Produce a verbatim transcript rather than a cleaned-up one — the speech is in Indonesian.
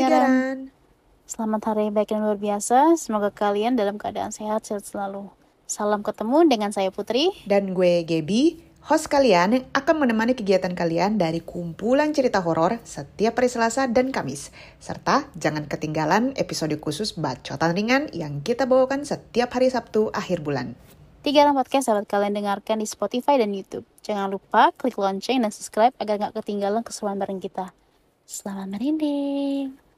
Tiga Ran. Selamat hari baik dan luar biasa. Semoga kalian dalam keadaan sehat-sehat selalu. Salam ketemu dengan saya Putri. Dan gue Gaby, host kalian yang akan menemani kegiatan kalian dari kumpulan cerita horor setiap hari Selasa dan Kamis. Serta jangan ketinggalan episode khusus bacotan ringan yang kita bawakan setiap hari Sabtu akhir bulan. Tiga Ran Podcast dapat kalian dengarkan di Spotify dan YouTube. Jangan lupa klik lonceng dan subscribe agar gak ketinggalan keseruan bareng kita. Selamat merinding.